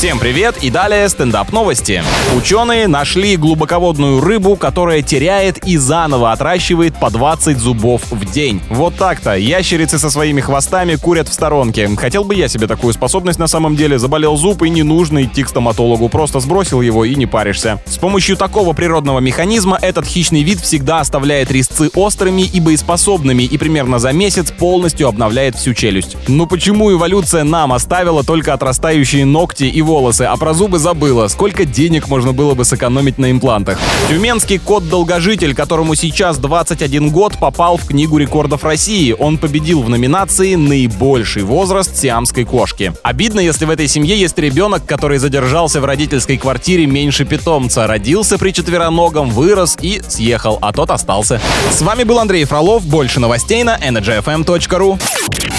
Всем привет и далее стендап-новости. Ученые нашли глубоководную рыбу, которая теряет и заново отращивает по 20 зубов в день. Вот так-то. Ящерицы со своими хвостами курят в сторонке. Хотел бы я себе такую способность на самом деле. Заболел зуб и не нужно идти к стоматологу. Просто сбросил его и не паришься. С помощью такого природного механизма этот хищный вид всегда оставляет резцы острыми и боеспособными и примерно за месяц полностью обновляет всю челюсть. Но почему эволюция нам оставила только отрастающие ногти и волосы, а про зубы забыла? Сколько денег можно было бы сэкономить на имплантах? Тюменский кот-долгожитель, которому сейчас 21 год, попал в Книгу рекордов России. Он победил в номинации «Наибольший возраст сиамской кошки». Обидно, если в этой семье есть ребенок, который задержался в родительской квартире меньше питомца. Родился при четвероногом, вырос и съехал, а тот остался. С вами был Андрей Фролов. Больше новостей на energyfm.ru.